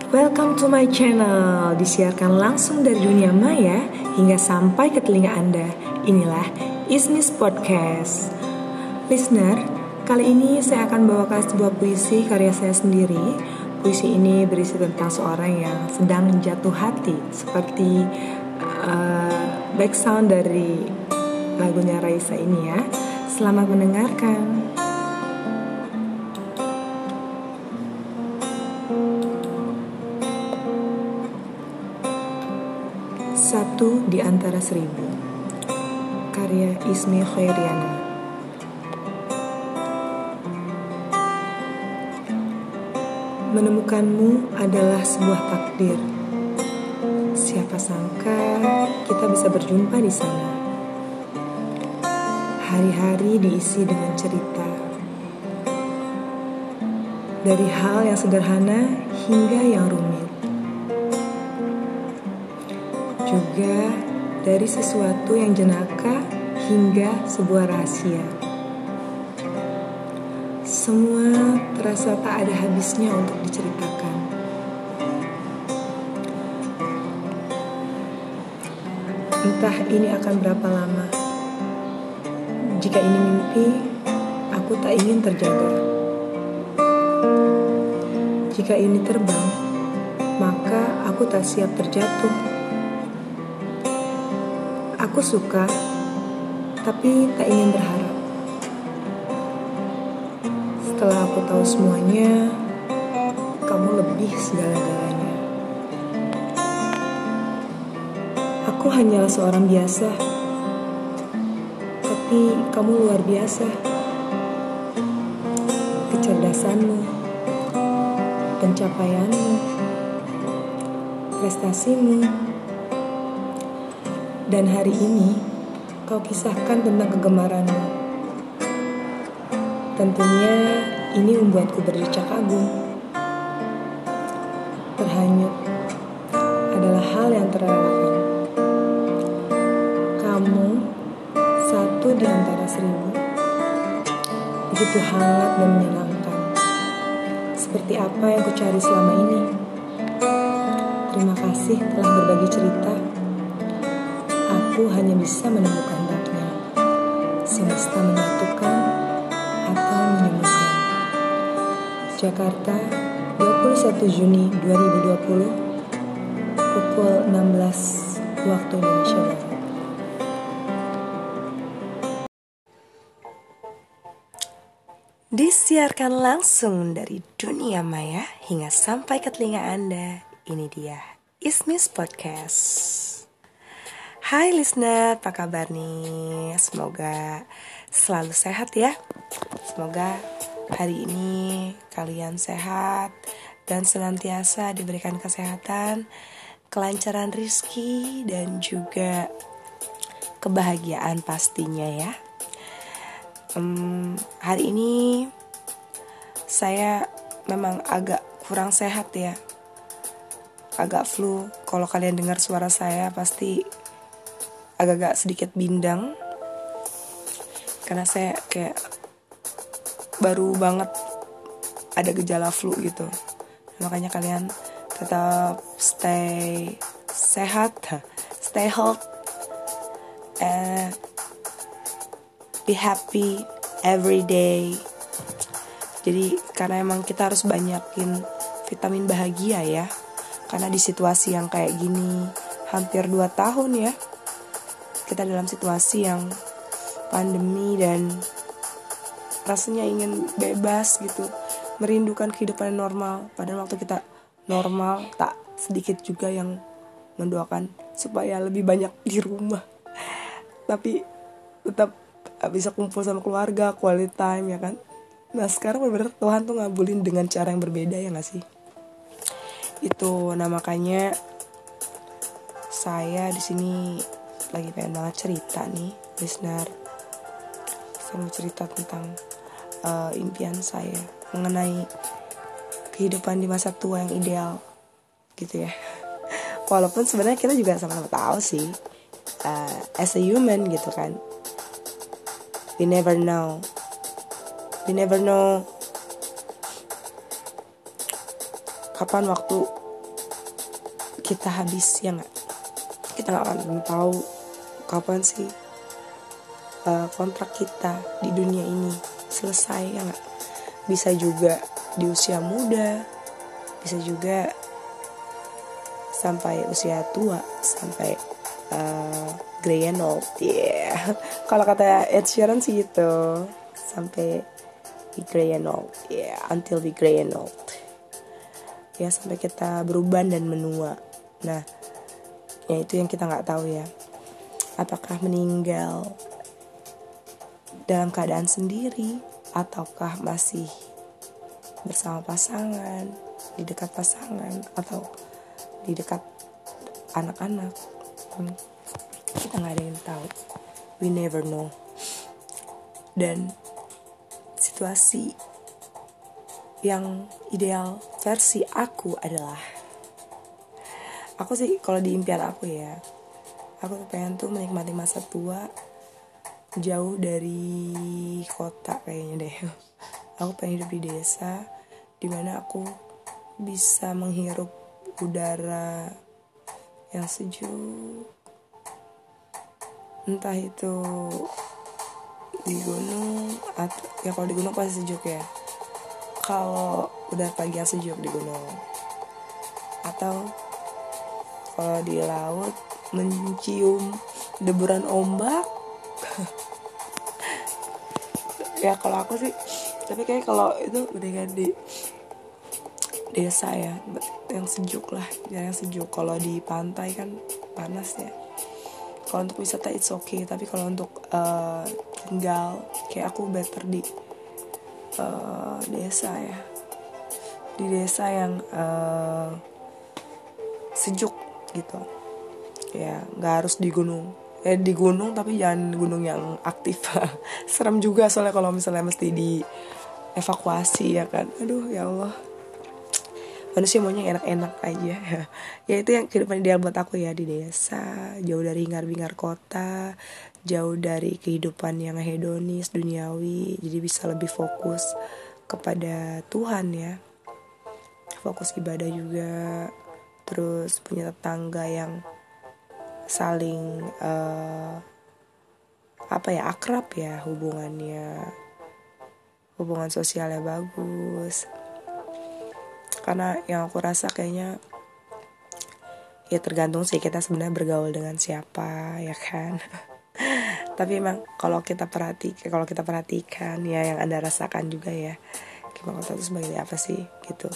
Welcome to my channel, disiarkan langsung dari dunia maya hingga sampai ke telinga Anda. Inilah Ismi's Podcast. Listener, kali ini saya akan bawakan sebuah puisi karya saya sendiri. Puisi ini berisi tentang seorang yang sedang jatuh hati, seperti back sound dari lagunya Raisa ini ya. Selamat mendengarkan. Satu di antara seribu, karya Ismi Khairiana. Menemukanmu adalah sebuah takdir. Siapa sangka kita bisa berjumpa di sana. Hari-hari diisi dengan cerita, dari hal yang sederhana hingga yang rumit. Juga dari sesuatu yang jenaka hingga sebuah rahasia. Semua terasa tak ada habisnya untuk diceritakan. Entah ini akan berapa lama. Jika ini mimpi, aku tak ingin terjaga. Jika ini terbang, maka aku tak siap terjatuh. Aku suka, tapi tak ingin berharap. Setelah aku tahu semuanya, kamu lebih segala-galanya. Aku hanyalah seorang biasa, tapi kamu luar biasa. Kecerdasanmu, pencapaianmu, prestasimu. Dan hari ini, kau kisahkan tentang kegemaranmu. Tentunya ini membuatku berdecak kagum. Terhanyut adalah hal yang terelakkan. Kamu satu di antara seribu. Begitu hangat dan menyenangkan. Seperti apa yang kucari selama ini. Terima kasih telah berbagi cerita. Aku hanya bisa menemukan baknya. Semesta menyatukan atau menyembuhkan. Jakarta, 21 Juni 2020, pukul 16 waktu Indonesia Barat. Disiarkan langsung dari dunia maya hingga sampai ke telinga Anda. Ini dia Ismi's Podcast. Hai listener, apa kabar nih? Semoga selalu sehat ya. Semoga hari ini kalian sehat dan senantiasa diberikan kesehatan, kelancaran rezeki, dan juga kebahagiaan pastinya ya. Hari ini saya memang agak kurang sehat ya. Agak flu. Kalau kalian dengar suara saya pasti agak-agak sedikit bindang karena saya kayak baru banget ada gejala flu gitu. Makanya kalian tetap stay sehat, stay healthy, and be happy every day. Jadi karena emang kita harus banyakin vitamin bahagia ya. Karena di situasi yang kayak gini hampir 2 tahun ya, kita dalam situasi yang pandemi dan rasanya ingin bebas gitu, merindukan kehidupan yang normal. Padahal waktu kita normal, tak sedikit juga yang mendoakan supaya lebih banyak di rumah. Tapi tetap bisa kumpul sama keluarga, quality time ya kan. Nah sekarang bener-bener Tuhan tuh ngabulin dengan cara yang berbeda ya gak sih? Itu, nah makanya saya di sini lagi pengen banget cerita nih, listener. Saya mau cerita tentang impian saya mengenai kehidupan di masa tua yang ideal, gitu ya. Walaupun sebenarnya kita juga sama-sama tahu sih, as a human gitu kan, we never know kapan waktu kita habis, ya nggak? Kita nggak akan tahu kapan sih kontrak kita di dunia ini selesai, ya nggak? Bisa juga di usia muda, bisa juga sampai usia tua, sampai grey and old, yeah. Kalau kata Ed Sheeran sih gitu, sampai we grey and old, yeah, until we grey and old, ya, sampai kita beruban dan menua. Nah, ya itu yang kita nggak tahu ya, apakah meninggal dalam keadaan sendiri ataukah masih bersama pasangan, di dekat pasangan, atau di dekat anak-anak. Kita nggak ada yang tahu, we never know. Dan situasi yang ideal versi aku adalah, aku sih kalau di impian aku ya, aku tuh pengen tuh menikmati masa tua jauh dari kota kayaknya deh. Aku pengen hidup di desa, dimana aku bisa menghirup udara yang sejuk, entah itu di gunung atau ya, kalau di gunung pasti sejuk ya, kalau udah pagi yang sejuk di gunung, atau kalau di laut mencium deburan ombak. Ya kalau aku sih, tapi kayak kalau itu mendingan di desa ya, yang sejuk lah, yang sejuk. Kalau di pantai kan panas ya. Kalau untuk wisata it's okay, tapi kalau untuk tinggal, kayak aku better di desa ya, di desa yang sejuk gitu ya, nggak harus di gunung. Di gunung tapi jangan gunung yang aktif. Serem juga soalnya kalau misalnya mesti di evakuasi ya kan. Aduh ya Allah, manusia maunya enak-enak aja. Ya itu yang kehidupan ideal buat aku ya, di desa, jauh dari hingar-bingar kota, jauh dari kehidupan yang hedonis, duniawi. Jadi bisa lebih fokus kepada Tuhan ya, fokus ibadah juga. Terus punya tetangga yang saling akrab ya, hubungan sosialnya bagus. Karena yang aku rasa kayaknya ya tergantung sih kita sebenarnya bergaul dengan siapa ya kan. Tapi emang kalau kita perhatikan ya, yang Anda rasakan juga ya, gimana kota itu sebagai apa sih gitu.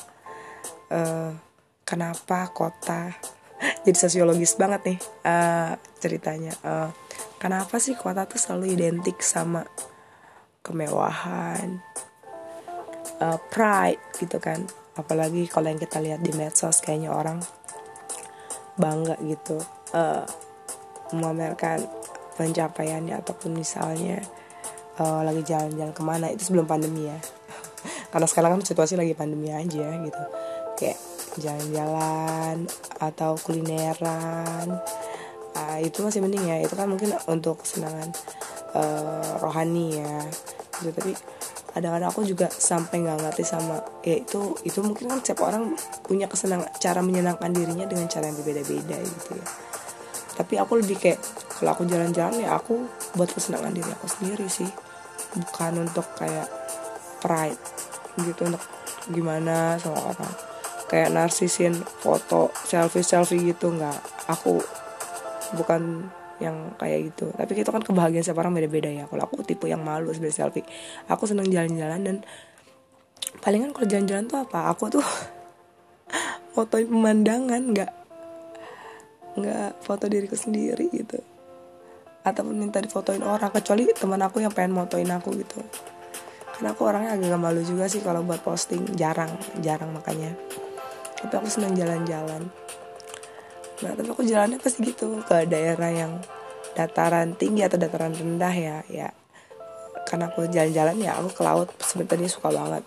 Kenapa kota jadi sosiologis banget nih ceritanya. Kenapa sih kota tuh selalu identik sama kemewahan, pride gitu kan. Apalagi kalau yang kita lihat di medsos, kayaknya orang bangga gitu memamerkan pencapaiannya, ataupun misalnya lagi jalan-jalan kemana. Itu sebelum pandemi ya. Karena sekarang kan situasi lagi pandemi aja gitu, kayak jalan-jalan atau kulineran, itu masih mending ya, itu kan mungkin untuk kesenangan rohani ya gitu. Tapi kadang-kadang aku juga sampai nggak ngerti sama ya, itu mungkin kan setiap orang punya cara menyenangkan dirinya dengan cara yang berbeda-beda gitu ya. Tapi aku lebih kayak, kalau aku jalan-jalan ya aku buat kesenangan diri aku sendiri sih, bukan untuk kayak pride gitu, untuk gimana sama orang, kayak narsisin foto selfie gitu. Nggak, aku bukan yang kayak gitu. Tapi itu kan kebahagiaan setiap orang beda-beda ya. Kalau aku tipe yang malu sebenarnya selfie. Aku senang jalan-jalan, dan palingan kalau jalan-jalan tuh apa, aku tuh fotoin pemandangan, nggak foto diriku sendiri gitu, ataupun minta difotoin orang, kecuali teman aku yang pengen motoin aku gitu. Karena aku orangnya agak malu juga sih kalau buat posting, jarang makanya. Tapi aku senang jalan-jalan. Nah, tapi aku jalannya pasti gitu ke daerah yang dataran tinggi atau dataran rendah ya. Karena aku jalan-jalan ya, aku ke laut sebenarnya suka banget.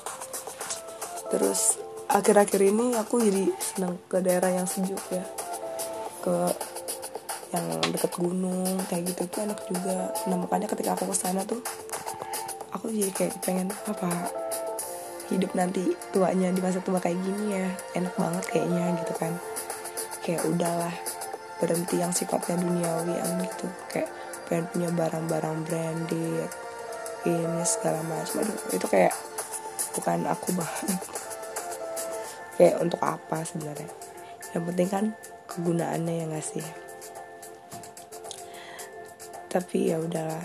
Terus akhir-akhir ini aku jadi senang ke daerah yang sejuk ya, ke yang dekat gunung kayak gitu tuh enak juga. Nah makanya ketika aku kesana tuh, aku jadi kayak pengen hidup nanti tuanya di masa tua kayak gini ya, enak banget kayaknya gitu kan. kayak udahlah berhenti yang sifatnya duniawian gitu, kayak pengen punya barang-barang branded ini segala macam. Aduh, itu kayak bukan aku banget. Kayak untuk apa sebenarnya? Yang penting kan kegunaannya yang ngasih. Tapi ya udahlah,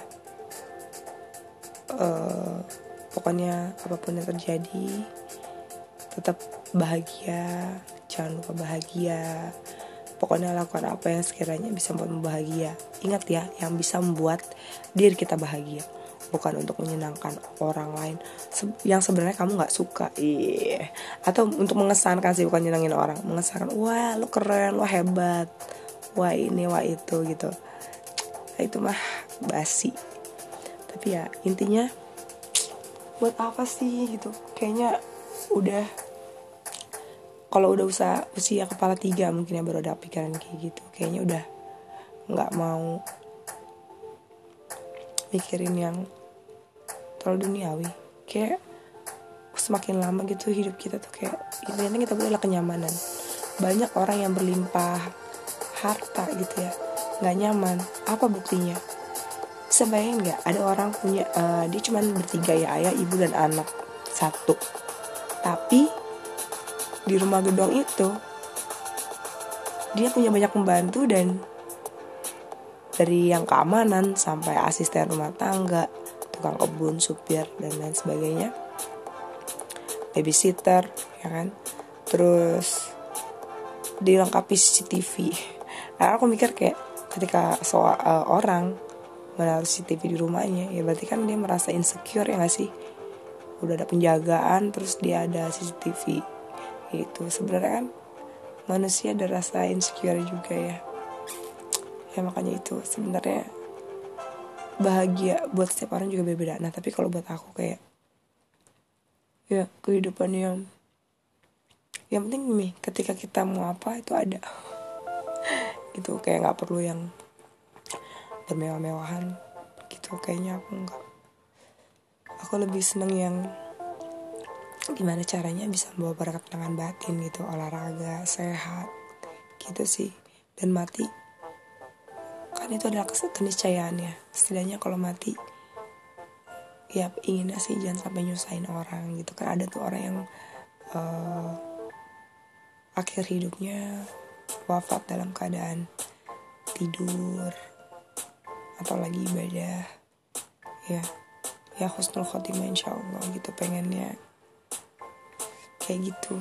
pokoknya apapun yang terjadi tetap bahagia, jangan lupa bahagia. Pokoknya lakukan apa yang sekiranya bisa membuatmu bahagia. Ingat ya, yang bisa membuat diri kita bahagia, bukan untuk menyenangkan orang lain yang sebenarnya kamu nggak suka. Atau untuk mengesankan sih, bukan nyenangin orang, mengesankan, wah lu keren, wah hebat, wah ini, wah itu gitu. Nah, itu mah basi. Tapi ya intinya, buat apa sih gitu? Kayaknya udah, kalau udah usia kepala 3 mungkin ya baru ada pikiran kayak gitu. Kayaknya udah nggak mau mikirin yang terlalu duniawi. Kayak semakin lama gitu hidup kita tuh kayak intinya kita butuh kenyamanan. Banyak orang yang berlimpah harta gitu ya, nggak nyaman. Apa buktinya? Bisa bayangin nggak, ada orang punya dia cuma bertiga ya, ayah, ibu, dan anak satu, tapi di rumah gedong itu dia punya banyak pembantu, dan dari yang keamanan sampai asisten rumah tangga, tukang kebun, supir, dan lain sebagainya, babysitter, ya kan. Terus dilengkapi CCTV. Nah, aku mikir kayak ketika orang menaruh CCTV di rumahnya, ya berarti kan dia merasa insecure, ya nggak sih? Udah ada penjagaan, terus dia ada CCTV. Itu sebenarnya kan manusia ada rasa insecure juga ya. Ya makanya itu sebenarnya bahagia buat setiap orang juga berbeda. Nah tapi kalau buat aku kayak ya kehidupan yang penting nih, ketika kita mau apa itu ada gitu. Kayak nggak perlu yang bermewah-mewahan gitu. Kayaknya aku nggak. Aku lebih seneng yang gimana caranya bisa membawa para ketenangan batin gitu, olahraga, sehat gitu sih. Dan mati kan itu adalah keniscayaannya. Setidaknya kalau mati ya inginnya sih jangan sampai nyusahin orang gitu kan. Ada tuh orang yang akhir hidupnya wafat dalam keadaan tidur atau lagi ibadah, ya husnul khotimah insyaallah gitu. Pengennya kayak gitu.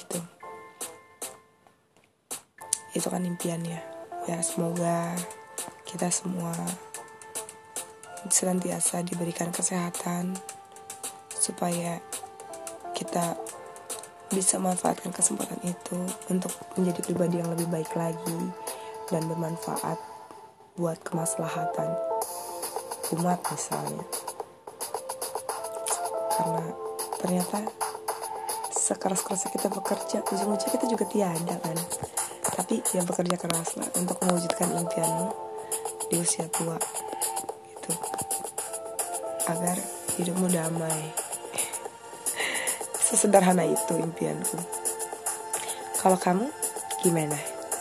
Itu kan impiannya. Ya semoga kita semua senantiasa diberikan kesehatan supaya kita bisa manfaatkan kesempatan itu untuk menjadi pribadi yang lebih baik lagi dan bermanfaat buat kemaslahatan umat misalnya. Karena ternyata sekeras-kerasnya kita bekerja, ujung-ujungnya kita juga tiada kan. Tapi ya bekerja keraslah untuk mewujudkan impianmu di usia tua gitu, agar hidupmu damai. Sesederhana itu impianku. Kalau kamu gimana?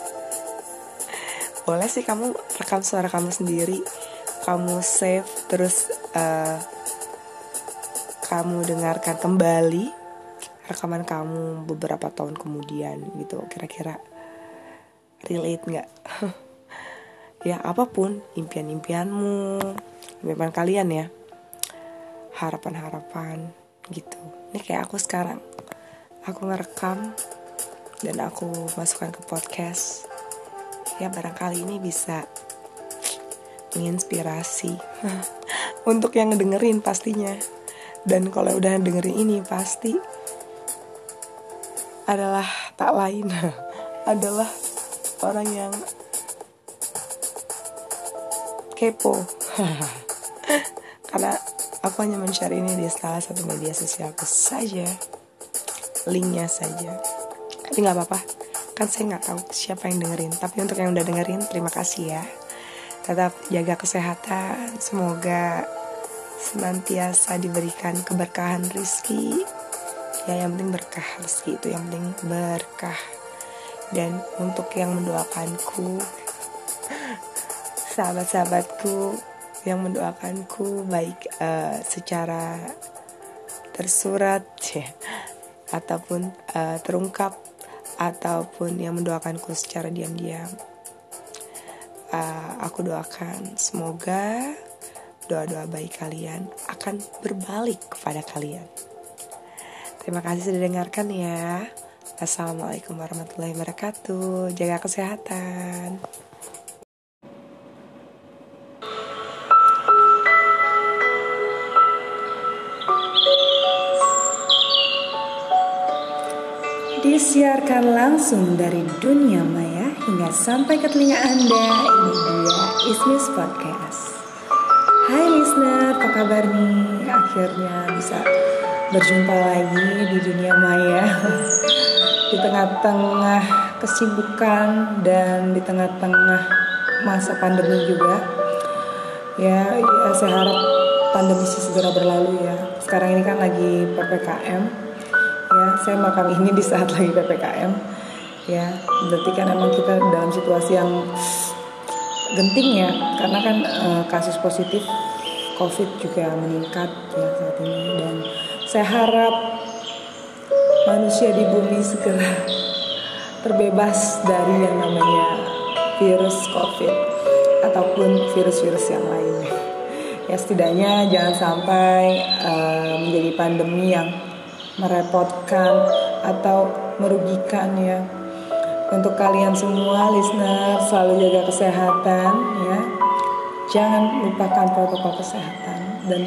Boleh sih kamu rekam suara kamu sendiri, kamu save, terus kamu dengarkan kembali rekaman kamu beberapa tahun kemudian gitu. Kira-kira relate gak? Ya apapun impian-impianmu, impian kalian ya, harapan-harapan gitu. Ini kayak aku sekarang, aku ngerekam dan aku masukkan ke podcast. Ya barangkali ini bisa menginspirasi untuk yang ngedengerin pastinya. Dan kalau udah dengerin ini pasti adalah tak lain adalah orang yang kepo. Karena aku hanya men-share ini di salah satu media sosialku saja, linknya saja. Tapi nggak apa-apa, kan saya nggak tahu siapa yang dengerin. Tapi untuk yang udah dengerin, terima kasih ya. Tetap jaga kesehatan, semoga senantiasa diberikan keberkahan rezeki. Ya yang penting berkah rezeki itu, yang penting berkah. Dan untuk yang mendoakanku, sahabat-sahabatku yang mendoakanku baik secara tersurat ataupun terungkap, ataupun yang mendoakanku secara diam-diam, aku doakan semoga doa-doa baik kalian akan berbalik kepada kalian. Terima kasih sudah dengarkan ya. Assalamualaikum warahmatullahi wabarakatuh. Jaga kesehatan. Disiarkan langsung dari dunia maya hingga sampai ke telinga Anda. Ini dia Ismis Podcast. Hai listener, apa kabar nih? Akhirnya bisa berjumpa lagi di dunia maya. Di tengah-tengah kesibukan dan di tengah-tengah masa pandemi juga. Ya, saya harap pandemi segera berlalu ya. Sekarang ini kan lagi PPKM. Ya, saya merekam ini di saat lagi PPKM. Ya, berarti kan emang kita dalam situasi yang genting ya, karena kan kasus positif COVID juga meningkat ya saat ini, dan saya harap manusia di bumi segera terbebas dari yang namanya virus COVID ataupun virus-virus yang lainnya. Ya, setidaknya jangan sampai menjadi pandemi yang merepotkan atau merugikan ya. Untuk kalian semua listener, selalu jaga kesehatan ya. Jangan lupakan protokol kesehatan, dan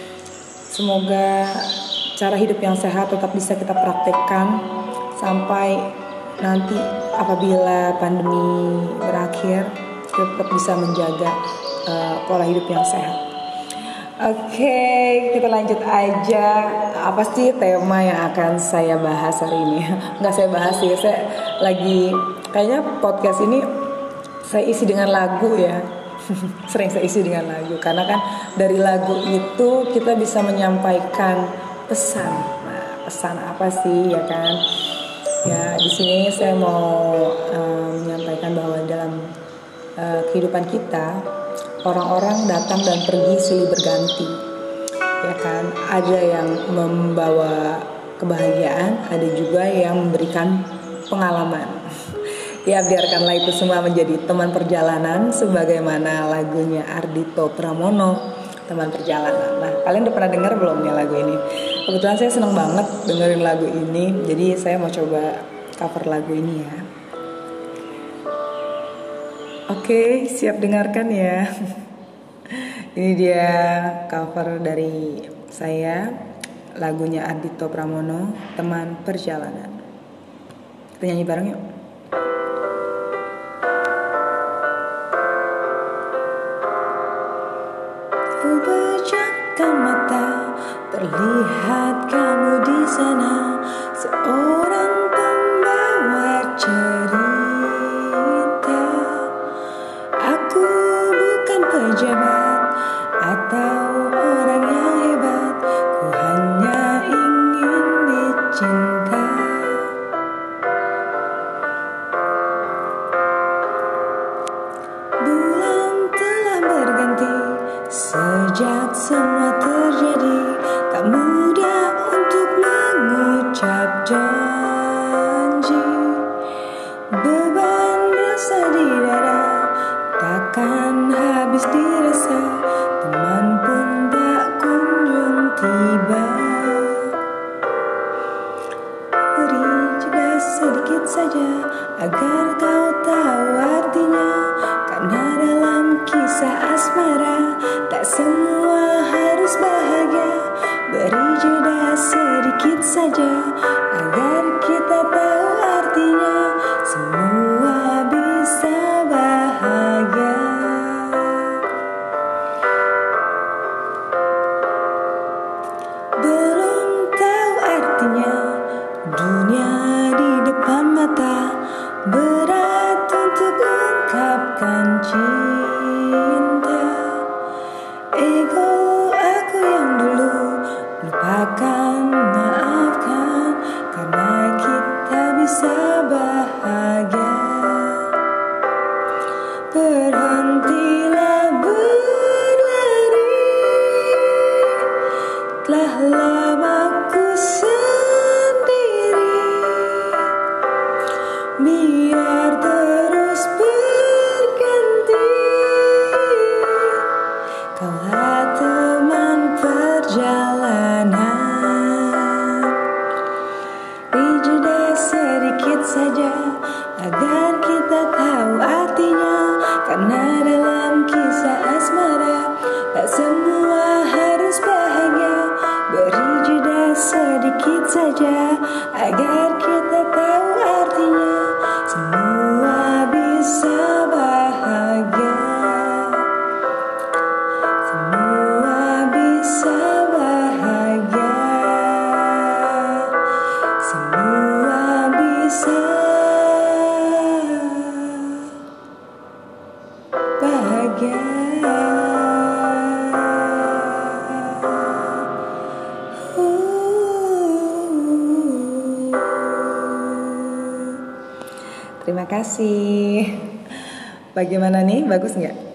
semoga cara hidup yang sehat tetap bisa kita praktekkan sampai nanti apabila pandemi berakhir, kita tetap bisa menjaga pola hidup yang sehat. Oke, kita lanjut aja. Apa sih tema yang akan saya bahas hari ini? Nggak saya bahas sih, saya lagi kayaknya podcast ini saya isi dengan lagu ya. Sering saya isi dengan lagu, karena kan dari lagu itu kita bisa menyampaikan pesan. Nah, pesan apa sih ya kan? Ya, di sini saya mau menyampaikan bahwa dalam kehidupan kita, orang-orang datang dan pergi silih berganti, ya kan? Ada yang membawa kebahagiaan, ada juga yang memberikan pengalaman. Ya, biarkanlah itu semua menjadi teman perjalanan, sebagaimana lagunya Ardhito Pramono, Teman Perjalanan. Nah, kalian udah pernah dengar belum nih lagu ini? Kebetulan saya seneng banget dengerin lagu ini, jadi saya mau coba cover lagu ini ya. Oke, siap dengarkan ya. Ini dia cover dari saya, lagunya Ardhito Pramono, Teman Perjalanan. Kita nyanyi bareng yuk. Ku pejamkan mata, terlihat kamu di sana, seorang pembawa cerita. Aku bukan pejabat atau orang yang hebat, ku hanya ingin dicinta. Bulan telah berganti sejak semua terjadi, tak mudah untuk mengucap janji. Beban rasa di dada takkan habis dirasa, teman pun tak kunjung tiba. Beri jeda sedikit saja agar kau tahu artinya, karena dalam kisah asmara tak semua harus bahagia. Beri jeda sedikit saja agar kita tahu artinya, semua bisa bahagia. Belum tahu artinya dunia di depan mata, berat untuk ungkapkan cinta. Ego aku yang dulu lupakan, maafkan, teman perjalanan. Beri jeda sedikit saja agar kita tahu artinya, karena dalam kisah asmara tak semua harus bahagia. Beri jeda sedikit saja agar kita tahu artinya, semua bisa bahagia. Semua bisa bahagia. Semua bisa bahagia. Terima kasih. Bagaimana nih? Bagus nggak?